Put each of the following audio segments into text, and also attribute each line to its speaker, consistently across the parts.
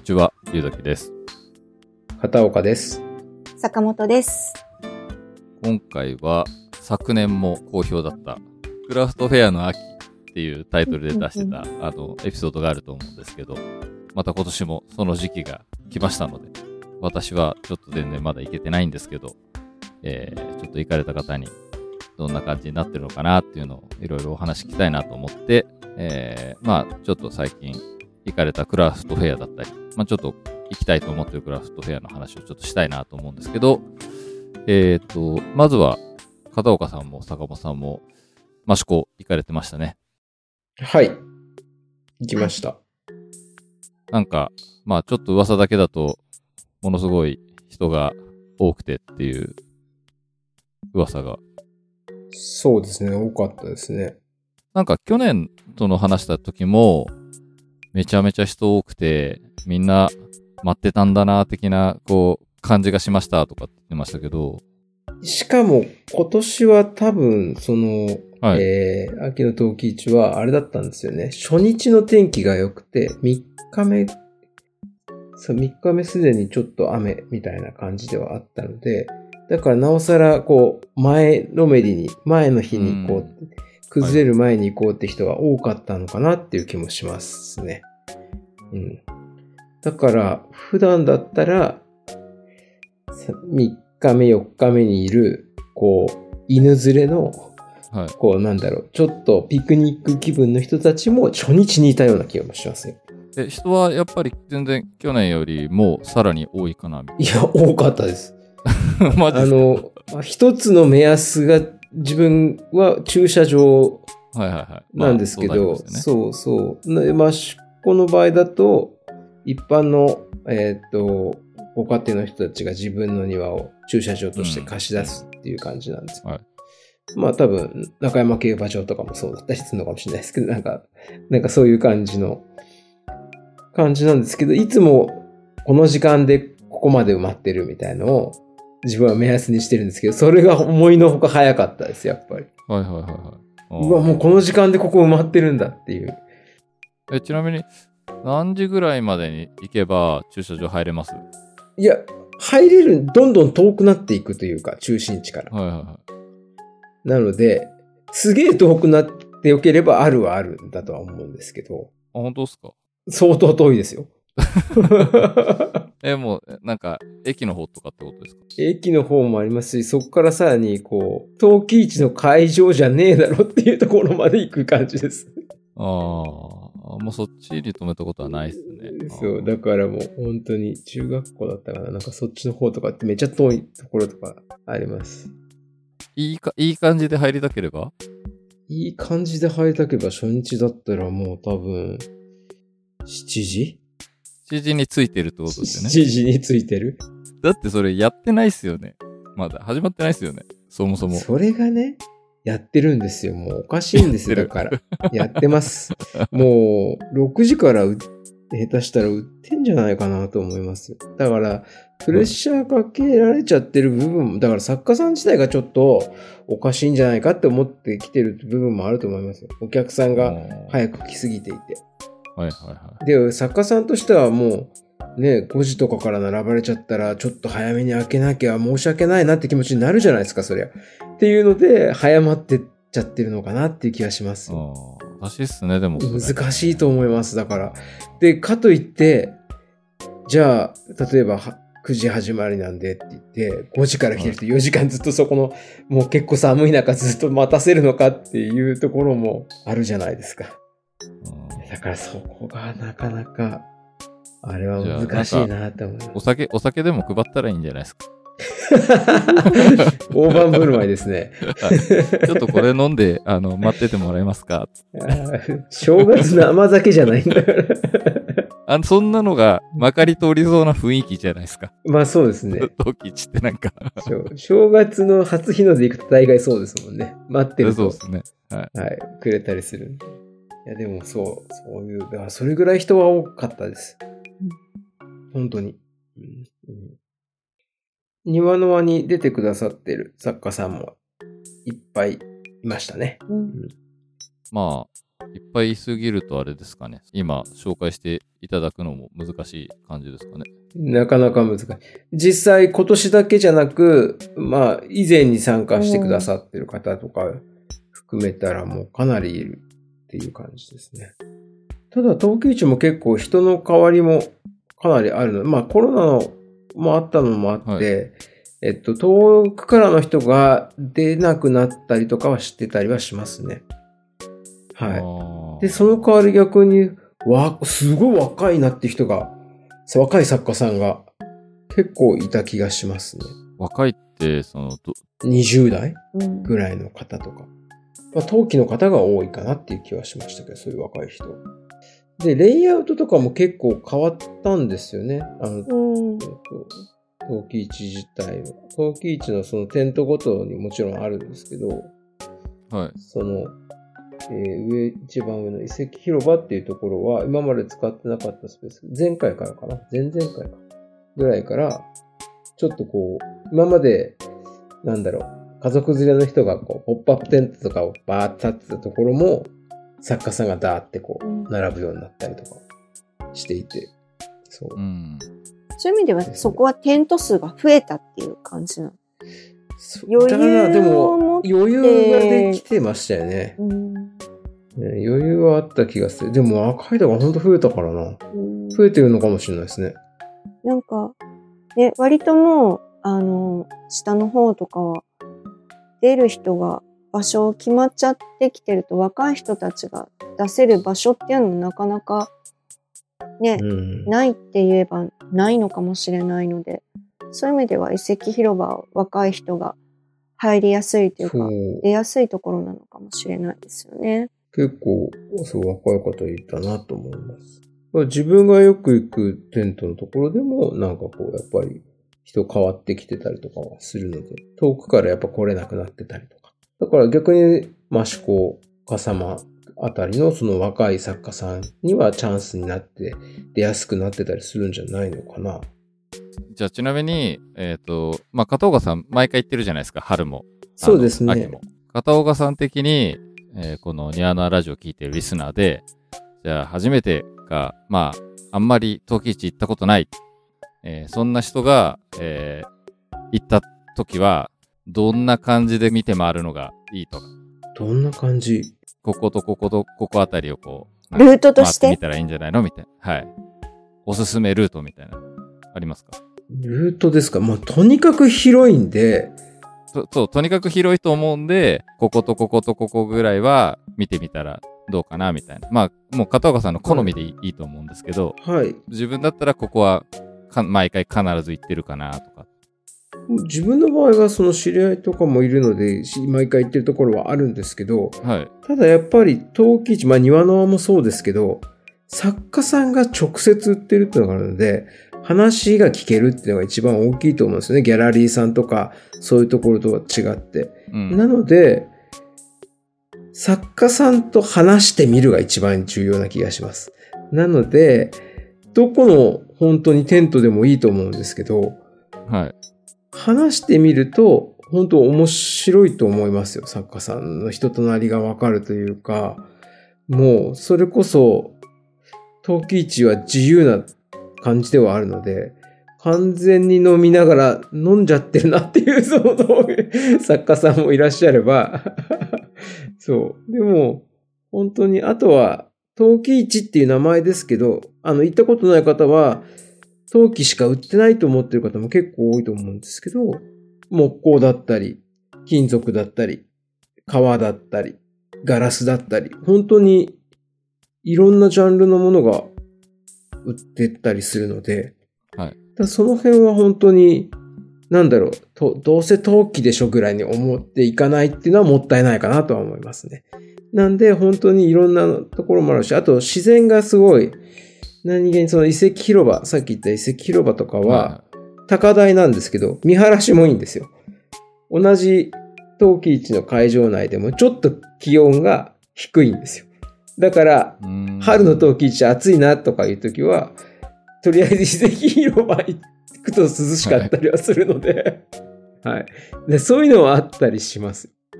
Speaker 1: ちは、ゆうだきです。
Speaker 2: 片岡です。
Speaker 3: 坂本です。
Speaker 1: 今回は昨年も好評だったクラフトフェアの秋っていうタイトルで出してたエピソードがあると思うんですけど、また今年もその時期が来ましたので、私はちょっと全然まだ行けてないんですけど、ちょっと行かれた方にどんな感じになってるのかなっていうのをいろいろお話聞きたいなと思って、ちょっと最近行かれたクラフトフェアだったり、ちょっと行きたいと思ってるクラフトフェアの話をちょっとしたいなと思うんですけど、まずは片岡さんも坂本さんも益子行かれてましたね。
Speaker 2: はい。行きました。
Speaker 1: なんか、ちょっと噂だけだと、ものすごい人が多くてっていう噂が。
Speaker 2: そうですね、多かったですね。
Speaker 1: なんか去年との話した時も、めちゃめちゃ人多くて、みんな待ってたんだな、的な、感じがしましたとかって言ってましたけど。
Speaker 2: しかも、今年は多分、
Speaker 1: はい
Speaker 2: 秋の陶器市はあれだったんですよね。初日の天気が良くて、3日目すでにちょっと雨みたいな感じではあったので、だからなおさら、前のめりに、前の日に崩れる前に行こうって人が多かったのかなっていう気もしますね。うん。だから、普段だったら、3日目、4日目にいる、犬連れの、ちょっとピクニック気分の人たちも初日にいたような気がしますよ。
Speaker 1: 人はやっぱり全然去年よりもさらに多いかなみたいな。
Speaker 2: いや、多かったです。
Speaker 1: マジですか？
Speaker 2: 一つの目安が自分は駐車場なんですけど、そうそう。益子の場合だと、一般の、ご家庭の人たちが自分の庭を駐車場として貸し出すっていう感じなんです。多分、中山競馬場とかもそうだったりするのかもしれないですけど、なんかそういう感じなんですけど、いつもこの時間でここまで埋まってるみたいのを自分は目安にしてるんですけど、それが思いのほか早かったです、やっぱり。うわ、もうこの時間でここ埋まってるんだっていう。
Speaker 1: ちなみに、何時ぐらいまでに行けば駐車場入れます？
Speaker 2: いや、入れる、どんどん遠くなっていくというか、中心地から。なので、すげえ遠くなってよければあるはあるんだとは思うんですけど。
Speaker 1: 本当ですか？
Speaker 2: 相当遠いですよ。
Speaker 1: もう、なんか、駅の方とかってことですか？
Speaker 2: 駅の方もありますし、そこからさらに、陶器市の会場じゃねえだろっていうところまで行く感じです。
Speaker 1: もうそっちに止めたことはないですね。
Speaker 2: そう、だからもう本当に中学校だったかな。なんかそっちの方とかってめっちゃ遠いところとかあります。
Speaker 1: いい感じで入りたければ？
Speaker 2: いい感じで入りたければ初日だったらもう多分、7時
Speaker 1: ?7 時についてるってことですよね。
Speaker 2: 7時についてる？
Speaker 1: だってそれやってないっすよね。まだ始まってないっすよね。そもそも。
Speaker 2: それがね、やってるんですよ。もうおかしいんですよ。だから。やってます。もう、6時から下手したら売ってんじゃないかなと思いますよ。だから、プレッシャーかけられちゃってる部分も、だから作家さん自体がちょっとおかしいんじゃないかって思ってきてる部分もあると思いますよ。お客さんが早く来すぎていて。で、作家さんとしてはもう、ね、5時とかから並ばれちゃったら、ちょっと早めに開けなきゃ申し訳ないなって気持ちになるじゃないですか、そりゃ。っていうので、早まってっちゃってるのかなっていう気がします。
Speaker 1: 難しいっすね、でも。
Speaker 2: 難しいと思います、だから。で、かといって、じゃあ、例えば、9時始まりなんでって言って、5時から来てる人4時間ずっとそこの、もう結構寒い中ずっと待たせるのかっていうところもあるじゃないですか。だからそこがなかなか、あれは難しいなって思います。
Speaker 1: お酒でも配ったらいいんじゃないですか。
Speaker 2: 大盤振る舞いですね。
Speaker 1: ちょっとこれ飲んで、待っててもらえますか？
Speaker 2: 正月の甘酒じゃないんだから。
Speaker 1: そんなのがまかり通りそうな雰囲気じゃないですか。
Speaker 2: まあそうですね。
Speaker 1: 陶器市ってなんか
Speaker 2: 正月の初日の出行くと大概そうですもんね。待ってると。
Speaker 1: そうですね。
Speaker 2: はい。くれたりする。いやでもそういう、だからそれぐらい人は多かったです。本当に。庭の輪に出てくださってる作家さんもいっぱいいましたね。
Speaker 1: いっぱい言いすぎるとあれですかね。今紹介していただくのも難しい感じですかね。
Speaker 2: なかなか難しい。実際今年だけじゃなく、以前に参加してくださってる方とか含めたらもうかなりいるっていう感じですね。ただ、陶器市も結構人の変わりもかなりあるの。コロナのもあったのもあって、はい、遠くからの人が出なくなったりとかは知ってたりはしますね。はい。で、その代わり逆に、すごい若いなっていう人が、若い作家さんが結構いた気がしますね。
Speaker 1: 若いって、
Speaker 2: 20代ぐらいの方とか。陶器の方が多いかなっていう気はしましたけど、そういう若い人。で、レイアウトとかも結構変わったんですよね。陶器市自体の。陶器市のそのテントごとにもちろんあるんですけど、
Speaker 1: はい。
Speaker 2: 一番上の遺跡広場っていうところは、今まで使ってなかったスペース、前回からかな前々回か。ぐらいから、ちょっと今まで、家族連れの人がポップアップテントとかをバーッと立ってたところも、作家さんがダーって並ぶようになったりとかしていて。
Speaker 3: そういう意味では、そこはテント数が増えたっていう感じなの。
Speaker 2: 余裕ができてましたよね。余裕はあった気がする。でも赤いとがほんと増えたからな。増えてるのかもしれないですね。
Speaker 3: 割ともう、下の方とかは、出る人が場所決まっちゃってきてると、若い人たちが出せる場所っていうのもなかなかね、ないって言えばないのかもしれないので、そういう意味では遺跡広場は若い人が入りやすいというか、出やすいところなのかもしれないですよね。
Speaker 2: 結構、若い方いたなと思います。自分がよく行くテントのところでも、やっぱり人変わってきてたりとかはするので、遠くからやっぱ来れなくなってたりとか。だから逆に、益子、笠間あたりのその若い作家さんにはチャンスになって出やすくなってたりするんじゃないのかな。
Speaker 1: じゃあちなみに、片岡さん毎回行ってるじゃないですか、春も。
Speaker 2: そうですね。
Speaker 1: 秋も。片岡さん的に、このニアナラジオ聞いてるリスナーで、じゃあ初めてか、あんまり陶器市行ったことない。そんな人が、行った時は、どんな感じで見て回るのがいいとか。
Speaker 2: どんな感じ？
Speaker 1: こことこことここあたりを
Speaker 3: ルートとして
Speaker 1: 回ってみたらいいんじゃないのみたいな。はい。おすすめルートみたいな。ありますか？
Speaker 2: ルートですか？とにかく広いんで。
Speaker 1: とにかく広いと思うんで、こことこことここぐらいは見てみたらどうかなみたいな。もう片岡さんの好みでいいと思うんですけど、
Speaker 2: はい。
Speaker 1: 自分だったらここは毎回必ず行ってるかなとか。
Speaker 2: 自分の場合はその知り合いとかもいるので、毎回行ってるところはあるんですけど、
Speaker 1: はい。
Speaker 2: ただやっぱり陶器市、庭の輪もそうですけど、作家さんが直接売ってるっていうのがあるので、話が聞けるっていうのが一番大きいと思うんですよね。ギャラリーさんとか、そういうところとは違って。なので、作家さんと話してみるが一番重要な気がします。なので、どこの本当にテントでもいいと思うんですけど、
Speaker 1: はい。
Speaker 2: 話してみると、本当面白いと思いますよ。作家さんの人となりがわかるというか、もう、それこそ、陶器市は自由な感じではあるので、完全に飲みながら飲んじゃってるなっていう作家さんもいらっしゃればそう。でも、本当に、あとは、陶器市っていう名前ですけど、行ったことない方は、陶器しか売ってないと思ってる方も結構多いと思うんですけど、木工だったり、金属だったり、革だったり、ガラスだったり、本当にいろんなジャンルのものが売ってったりするので、
Speaker 1: はい。
Speaker 2: その辺は本当に、どうせ陶器でしょぐらいに思っていかないっていうのはもったいないかなとは思いますね。なんで本当にいろんなところもあるし、あと自然がすごい、何気にその遺跡広場、さっき言った遺跡広場とかは、高台なんですけど、見晴らしもいいんですよ。同じ陶器市の会場内でもちょっと気温が低いんですよ。だから、春の陶器市暑いなとかいうときは、とりあえず遺跡広場行くと涼しかったりはするので、はい。でそういうのはあったりします。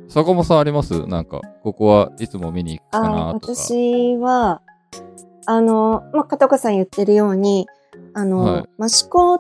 Speaker 1: 坂本さんあります？なんか、ここはいつも見に行くかなとか。
Speaker 3: 私は、片岡さん言ってるように、益子って、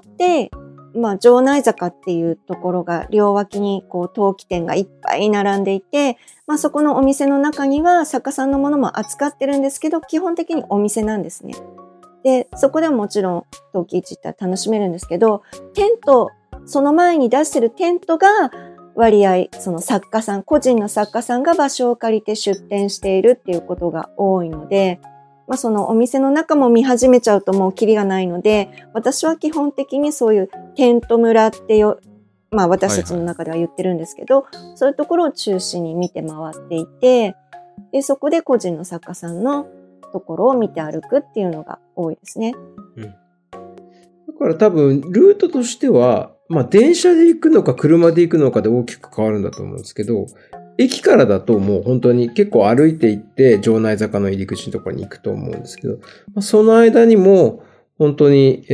Speaker 3: 城内坂っていうところが両脇にこう陶器店がいっぱい並んでいて、そこのお店の中には作家さんのものも扱ってるんですけど、基本的にお店なんですね。で、そこでももちろん陶器市行ったら楽しめるんですけど、テント、その前に出してるテントが割合、その作家さん、個人の作家さんが場所を借りて出店しているっていうことが多いので、そのお店の中も見始めちゃうともうキリがないので、私は基本的にそういうテント村ってよ、私たちの中では言ってるんですけど、そういうところを中心に見て回っていて、で、そこで個人の作家さんのところを見て歩くっていうのが多いですね。
Speaker 2: だから多分、ルートとしては、電車で行くのか車で行くのかで大きく変わるんだと思うんですけど、駅からだともう本当に結構歩いて行って城内坂の入り口のところに行くと思うんですけど、その間にも本当に、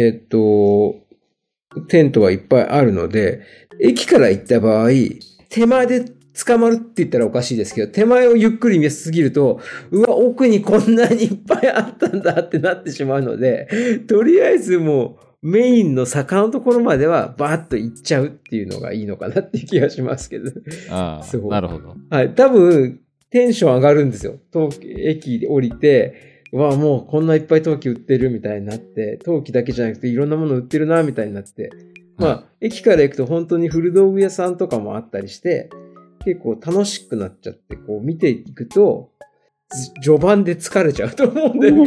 Speaker 2: テントはいっぱいあるので、駅から行った場合、手前で捕まるって言ったらおかしいですけど、手前をゆっくり見すぎると、うわ、奥にこんなにいっぱいあったんだってなってしまうので、とりあえずもう、メインの坂のところまではバーッと行っちゃうっていうのがいいのかなっていう気がしますけど。
Speaker 1: なるほど。
Speaker 2: はい。多分、テンション上がるんですよ。駅で降りて、もうこんないっぱい陶器売ってるみたいになって、陶器だけじゃなくていろんなもの売ってるなみたいになって、駅から行くと本当に古道具屋さんとかもあったりして、結構楽しくなっちゃって、こう見ていくと、序盤で疲れちゃうと思うんで、ね。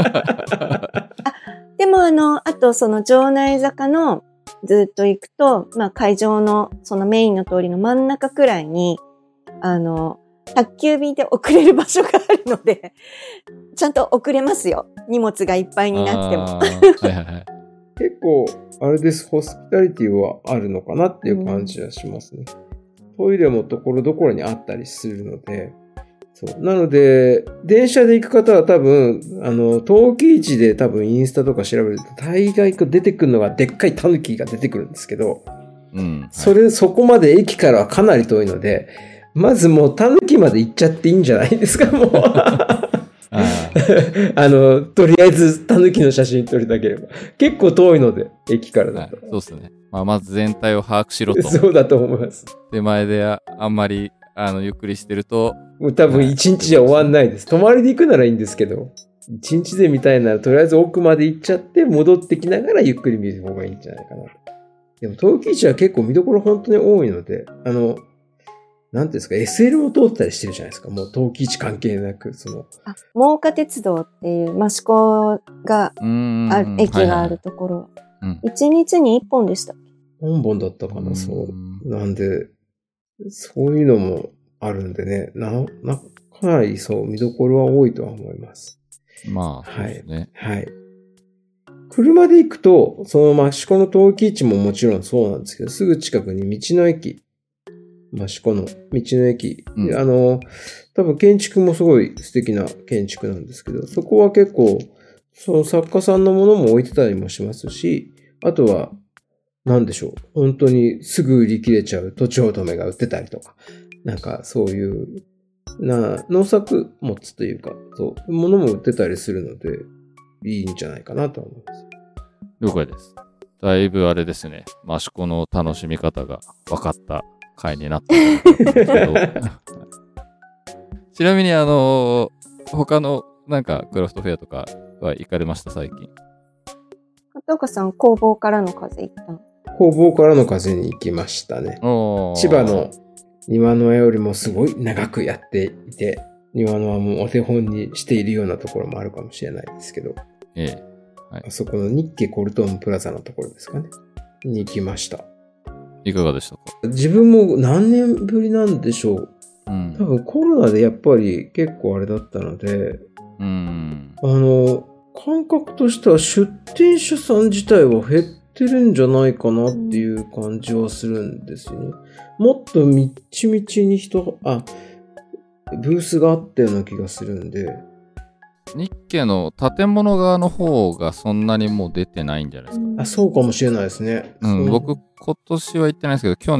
Speaker 3: でもあとその城内坂のずっと行くと、会場のそのメインの通りの真ん中くらいに、宅急便で送れる場所があるので、ちゃんと送れますよ。荷物がいっぱいになっても。
Speaker 2: 結構、あれです、ホスピタリティはあるのかなっていう感じはしますね。トイレもところどころにあったりするので、そう。なので、電車で行く方は多分、陶器市で多分インスタとか調べると、大概出てくるのがでっかいタヌキが出てくるんですけど、そこまで駅からはかなり遠いので、まずもうタヌキまで行っちゃっていいんじゃないですか、もう。とりあえずタヌキの写真撮りたければ。結構遠いので、駅からだと。
Speaker 1: そうですね。まず全体を把握しろと。
Speaker 2: そうだと思います。
Speaker 1: 手前であんまり、ゆっくりしてると。
Speaker 2: もう多分一日じゃ終わんないです。泊まりで行くならいいんですけど、一日で見たいならとりあえず奥まで行っちゃって戻ってきながらゆっくり見る方がいいんじゃないかなと。でも陶器市は結構見どころ本当に多いので、なんていうんですか、SL も通ったりしてるじゃないですか。もう陶器市関係なく、真
Speaker 3: 岡鉄道っていう益子が駅があるところ。1日に1本でした。
Speaker 2: 何本だったかな、そう。なんで、そういうのもあるんでね、かなりそう、見どころは多いとは思います。
Speaker 1: そうですね。
Speaker 2: はい。車で行くと、その益子の陶器市ももちろんそうなんですけど、すぐ近くに道の駅、益子の道の駅、多分建築もすごい素敵な建築なんですけど、そこは結構、その作家さんのものも置いてたりもしますし、あとは、なんでしょう。本当にすぐ売り切れちゃうとちおとめが売ってたりとか、なんかそういう、農作物というか、そういうものも売ってたりするので、いいんじゃないかなと思います。
Speaker 1: 了解です。だいぶあれですね、益子の楽しみ方が分かった回になったんですけど。ちなみに他のなんかクラフトフェアとかは行かれました最近？
Speaker 3: 片岡さん、工房からの風行った？
Speaker 2: 工房からの風に行きましたね。千葉の庭の絵よりもすごい長くやっていて、庭の輪もお手本にしているようなところもあるかもしれないですけど、はい、あそこの日系コルトームプラザのところですかね。に行きました。
Speaker 1: いかがでしたか？
Speaker 2: 自分も何年ぶりなんでしょう。多分コロナでやっぱり結構あれだったので、感覚としては出店者さん自体は減ってるんじゃないかなっていう感じはするんですよね。もっとみっちみちにブースがあったような気がするんで。
Speaker 1: 日系の建物側の方がそんなにもう出てないんじゃないですか。
Speaker 2: そうかもしれないですね。
Speaker 1: 僕今年は行ってないですけど、去年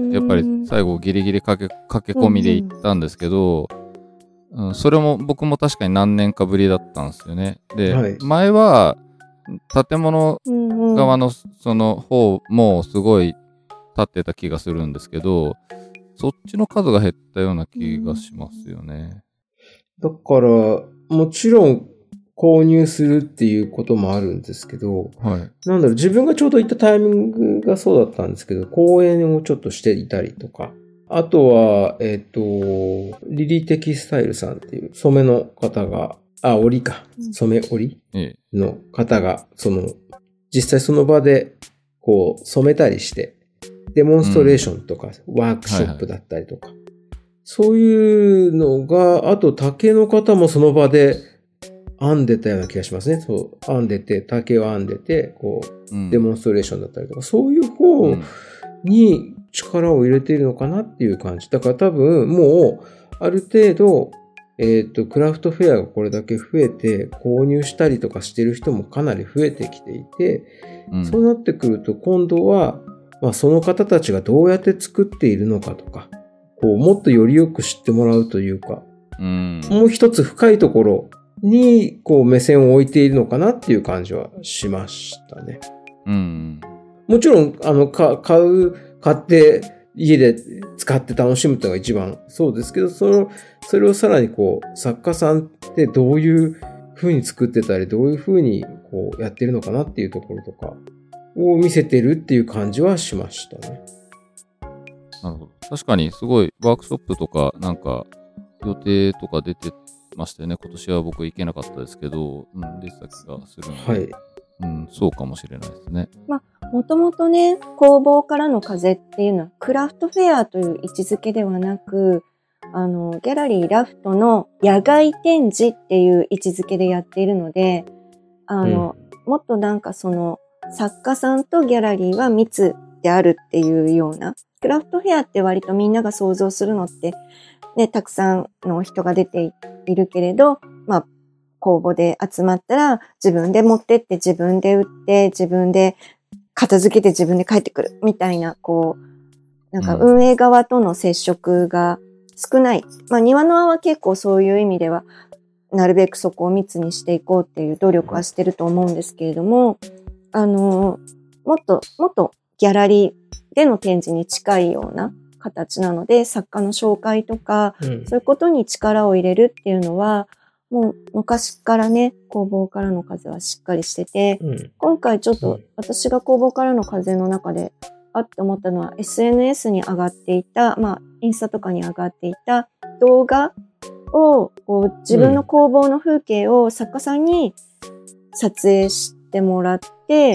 Speaker 1: やっぱり最後ギリギリ駆け込みで行ったんですけど、それも僕も確かに何年かぶりだったんですよね。で、はい、前は建物側のその方もすごい立ってた気がするんですけど、そっちの数が減ったような気がしますよね。
Speaker 2: だから、もちろん購入するっていうこともあるんですけど、はい、なんだろう、自分がちょうど行ったタイミングがそうだったんですけど、講演をちょっとしていたりとか、あとは、リリーテキスタイルさんっていう染めの方が、織か、染め織の方が、実際その場で、こう、染めたりして、デモンストレーションとか、ワークショップだったりとか、はいはい、そういうのが、あと竹の方もその場で編んでたような気がしますね。そう、編んでて、竹を編んでて、こう、デモンストレーションだったりとか、そういう方に力を入れているのかなっていう感じ。だから多分、もう、ある程度、クラフトフェアがこれだけ増えて、購入したりとかしてる人もかなり増えてきていて、そうなってくると、今度は、まあ、その方たちがどうやって作っているのかとか、こう、もっとよりよく知ってもらうというか、もう一つ深いところに、こう、目線を置いているのかなっていう感じはしましたね。もちろん、買って、家で使って楽しむというのが一番そうですけど、それをさらにこう、作家さんってどういう風に作ってたり、どういう風にこうやってるのかなっていうところとかを見せてるっていう感じはしましたね。
Speaker 1: なるほど。確かにすごいワークショップとかなんか予定とか出てましたよね。今年は僕行けなかったですけど、出てた気がするので。はい。そうかもしれないですね。
Speaker 3: まあ、もともとね、工房からの風っていうのはクラフトフェアという位置づけではなく、ギャラリーラフトの野外展示っていう位置づけでやっているので、もっとなんかその作家さんとギャラリーは密であるっていうような、クラフトフェアって割とみんなが想像するのってね、たくさんの人が出ているけれど、まあ、公募で集まったら自分で持ってって自分で売って自分で片付けて自分で帰ってくるみたいな、こう、なんか運営側との接触が少ない。まあ庭の輪は結構そういう意味ではなるべくそこを密にしていこうっていう努力はしてると思うんですけれども、もっとギャラリーでの展示に近いような形なので、作家の紹介とか、そういうことに力を入れるっていうのは、もう昔からね、工房からの風はしっかりしてて、今回ちょっと私が工房からの風の中でって思ったのは SNS に上がっていた、まあインスタとかに上がっていた動画をこう自分の工房の風景を作家さんに撮影してもらって、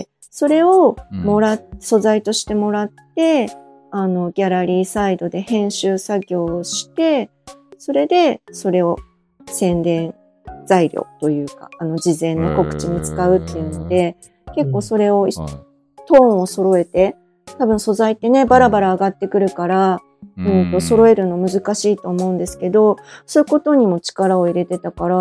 Speaker 3: それを素材としてもらって、ギャラリーサイドで編集作業をして、それを宣伝材料というか、事前の告知に使うっていうので、結構それを、トーンを揃えて、多分素材ってね、バラバラ上がってくるから、揃えるの難しいと思うんですけど、そういうことにも力を入れてたから、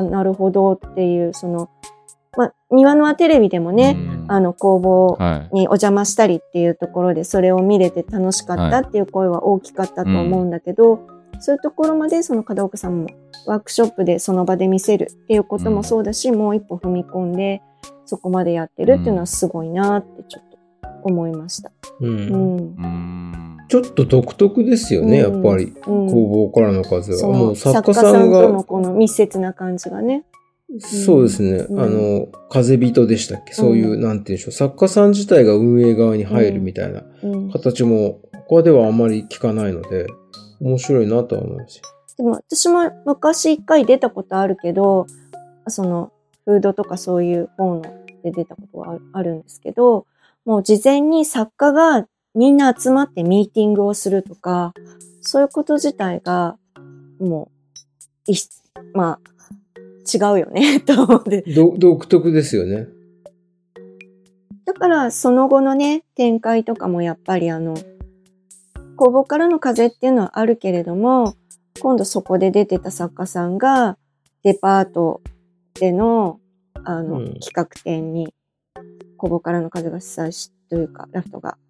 Speaker 3: なるほどっていう、庭の輪テレビでもね、工房にお邪魔したりっていうところで、それを見れて楽しかったっていう声は大きかったと思うんだけど、そういうところまでその門岡さんもワークショップでその場で見せるっていうこともそうだし、もう一歩踏み込んでそこまでやってるっていうのはすごいなってちょっと思いました。
Speaker 2: ちょっと独特ですよね、やっぱり。工房からの風は。もう作家さんが。
Speaker 3: とのこの密接な感じがね。
Speaker 2: そうですね。風人でしたっけ、そういう、なんていうんでしょう。作家さん自体が運営側に入るみたいな形も、他ではあんまり聞かないので、面白いなとは思います。
Speaker 3: でも私も昔一回出たことあるけど、そのフードとかそういう本で出たことはあるんですけど、もう事前に作家がみんな集まってミーティングをするとか、そういうこと自体がもうまあ違うよねと思って。
Speaker 2: 独特ですよね。
Speaker 3: だからその後のね展開とかもやっぱり工房からの風っていうのはあるけれども、今度そこで出てた作家さんがデパートでの企画展に工房からの風が主催しというかラフトが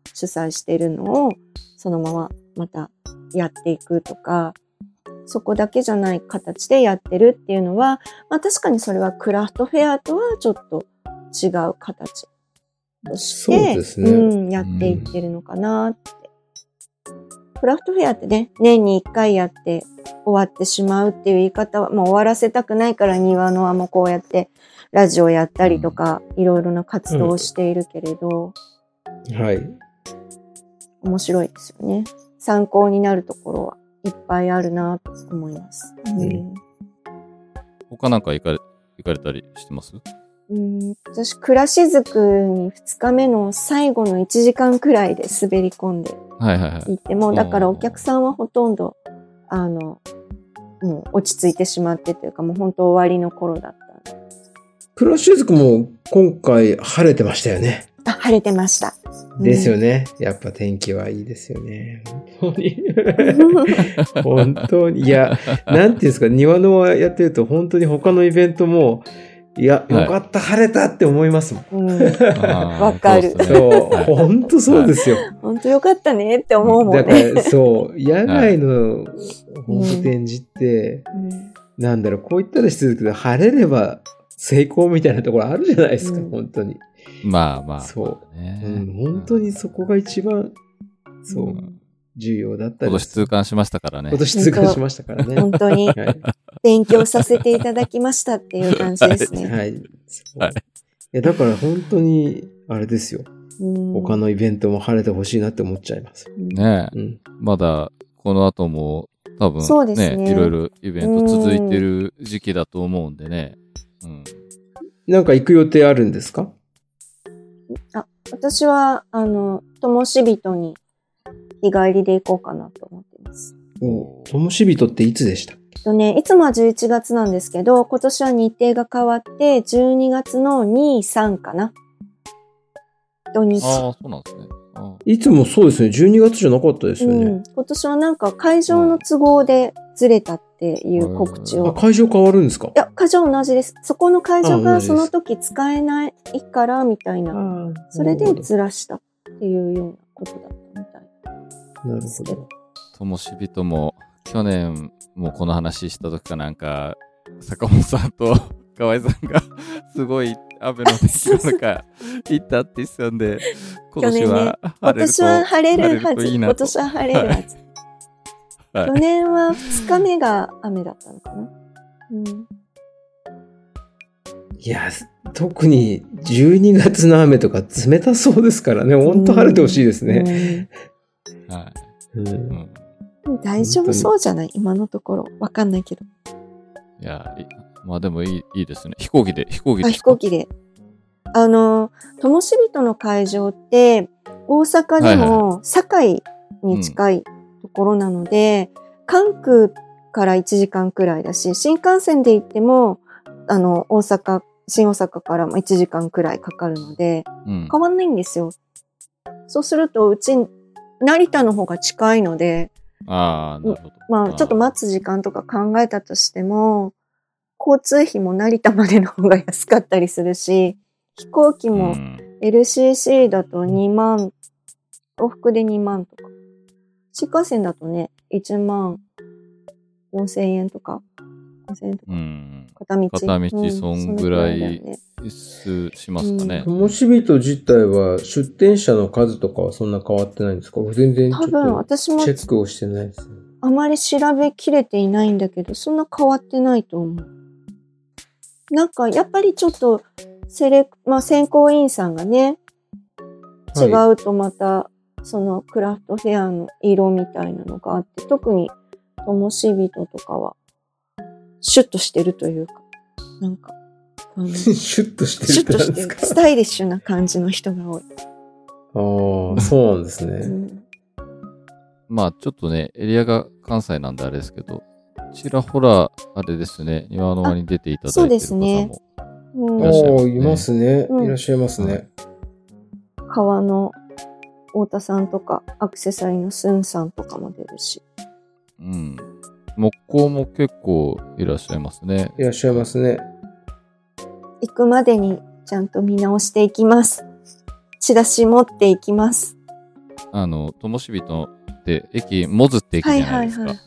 Speaker 3: 主催しているのをそのまままたやっていくとか、そこだけじゃない形でやってるっていうのは、まあ確かにそれはクラフトフェアとはちょっと違う形として、
Speaker 2: そうですね。
Speaker 3: やっていってるのかなって。クラフトフェアってね、年に1回やって終わってしまうっていう言い方は、もう終わらせたくないから庭の輪もこうやってラジオやったりとか、いろいろな活動をしているけれど、
Speaker 2: はい。
Speaker 3: 面白いですよね。参考になるところはいっぱいあるなと思います。
Speaker 1: 他なんか行かれたりしてます？
Speaker 3: 私、クラシズクに2日目の最後の1時間くらいで滑り込んで行っても、だからお客さんはほとんど、もう落ち着いてしまってというか、もう本当終わりの頃だったんで。
Speaker 2: クラシズクも今回晴れてましたよね。
Speaker 3: 晴れてました。
Speaker 2: ですよね。やっぱ天気はいいですよね。本当に。本当に。いや、なんていうんですか、庭の輪やってると本当に他のイベントも、いや、よかった、晴れたって思いますもん。
Speaker 3: わかる。
Speaker 2: そう、本当そうですよ。
Speaker 3: 本当よかったねって思うもんね。
Speaker 2: だからそう、野外の本当展示って、なんだろう、こう言ったら失礼ですけど、晴れれば成功みたいなところあるじゃないですか、本当に。
Speaker 1: まあまあ。
Speaker 2: そう。本当にそこが一番、そう、重要だったです。
Speaker 1: 今年痛感しましたからね。
Speaker 2: 今年痛感しましたからね。
Speaker 3: 本当に勉強させていただきましたっていう感じですね。
Speaker 2: はい。いやだから本当に、あれですよ。他のイベントも晴れてほしいなって思っちゃいます。
Speaker 1: ねえ。まだ、この後も多分
Speaker 3: そうですね、
Speaker 1: いろいろイベント続いてる時期だと思うんでね。
Speaker 2: なんか行く予定あるんですか？
Speaker 3: 私は、ともしびとに日帰りで行こうかなと思っています。
Speaker 2: ともしびとっていつでした？
Speaker 3: いつもは11月なんですけど、今年は日程が変わって、12月の2、3かな。土日。
Speaker 1: そうなんですね。
Speaker 2: いつもそうですね。12月じゃなかったですよね。
Speaker 3: 今年はなんか会場の都合でずれたっていう告知を。
Speaker 2: 会場変わるんですか？い
Speaker 3: や、会場同じです。そこの会場がその時使えないからみたいな。それでずらしたっていうようなことだったみたい
Speaker 2: なるほど。
Speaker 1: ともしびとも去年もこの話した時かなんか坂本さんと河合さんがすごい雨の天気の中行ったって言ってたんで、今年は晴れるはず。
Speaker 3: 今年は晴れるはず。去年は2日目が雨だったのかな。
Speaker 2: いや、特に12月の雨とか冷たそうですからね。本当晴れてほしいですね。
Speaker 3: 大丈夫そうじゃない？今のところ。わかんないけど。
Speaker 1: いや、まあでもいいですね。飛行機で。飛行
Speaker 3: 機で。ともしびとの会場って、大阪でも堺に近いところなので、関空から1時間くらいだし、新幹線で行っても、新大阪からも1時間くらいかかるので、変わんないんですよ。そうすると、うち、成田の方が近いので、
Speaker 1: なるほど。
Speaker 3: まあ、ちょっと待つ時間とか考えたとしても、交通費も成田までの方が安かったりするし、飛行機も LCC だと2万、往復で2万とか。新幹線だとね、1万4000円とか、5000円とか。片道
Speaker 1: そんぐらいしますかね。
Speaker 2: ともしびと自体は出店者の数とかはそんな変わってないんですか？全然ちょっと
Speaker 3: 私も
Speaker 2: チェックをしてないです。
Speaker 3: あまり調べきれていないんだけど、そんな変わってないと思う。なんか、やっぱりちょっと、選考委員さんがね、違うとまた、そのクラフトフェアの色みたいなのがあって、特に、ともしびととかは、シュッとしてるというか、なんか、
Speaker 2: シュッとしてるんですか？
Speaker 3: スタイリッシュな感じの人が多い。
Speaker 2: そうなんですね。
Speaker 1: まあ、ちょっとね、エリアが関西なんであれですけど、ちらほら、あれですね、庭の輪に出ていただいてる方もいらっしゃいますね。
Speaker 2: いますね。いらっしゃいますね。
Speaker 3: 革の太田さんとか、アクセサリーのスンさんとかも出るし。
Speaker 1: 木工も結構いらっしゃいますね。
Speaker 2: いらっしゃいますね。
Speaker 3: 行くまでにちゃんと見直していきます。チラシ持っていきます。
Speaker 1: ともしびとって駅、モズって駅じゃないですか。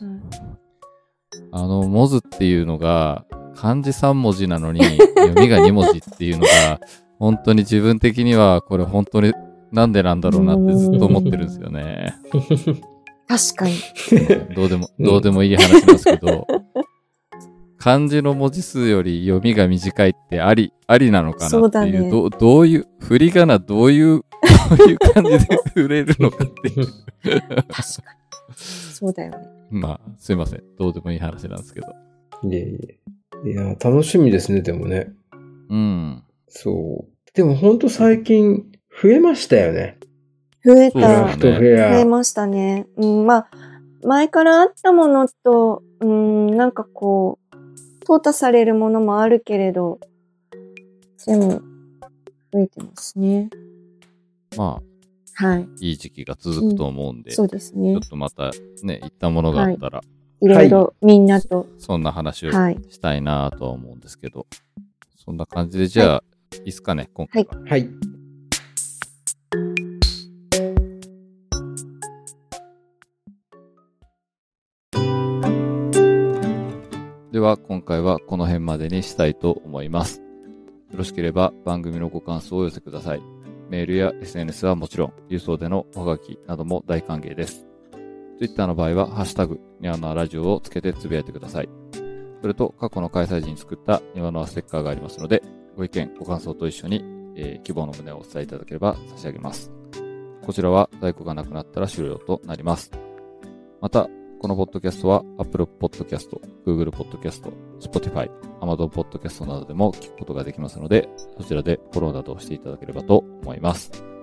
Speaker 1: モズっていうのが、漢字3文字なのに、読みが2文字っていうのが、本当に自分的には、これ本当になんでなんだろうなってずっと思ってるんですよね。
Speaker 3: 確かに。
Speaker 1: どうでもいい話なんですけど、漢字の文字数より読みが短いってありなのかなっていう、ね、どういう、振り仮名どういう感じで触れるのかっていう。
Speaker 3: 確かに。そうだよね。
Speaker 1: まあ、すいません。どうでもいい話なんですけど。
Speaker 2: いや、楽しみですね、でもね。
Speaker 1: うん。
Speaker 2: そう。でもほんと最近増えましたよね。
Speaker 3: 増えた。
Speaker 2: クラフトフェア。
Speaker 3: 増えましたね。まあ、前からあったものと、なんかこう、淘汰されるものもあるけれど、でも、増えてますね。
Speaker 1: まあ、はい。いい時期が続くと思うんで、
Speaker 3: そうですね。
Speaker 1: ちょっとまたね、いったものがあったら、
Speaker 3: いろいろみんなと。
Speaker 1: そんな話をしたいなとは思うんですけど、そんな感じで、じゃあ、いいですかね、今回は。
Speaker 2: はい。
Speaker 1: では、今回はこの辺までにしたいと思います。よろしければ番組のご感想をお寄せください。メールや SNS はもちろん、郵送でのおはがきなども大歓迎です。Twitter の場合は、ハッシュタグ、ニワノアラジオをつけてつぶやいてください。それと、過去の開催時に作ったニワノアステッカーがありますので、ご意見、ご感想と一緒に、希望の旨をお伝えいただければ差し上げます。こちらは在庫がなくなったら終了となります。また、このポッドキャストは Apple Podcast、Google Podcast、Spotify、Amazon Podcast などでも聞くことができますので、そちらでフォローなどをしていただければと思います。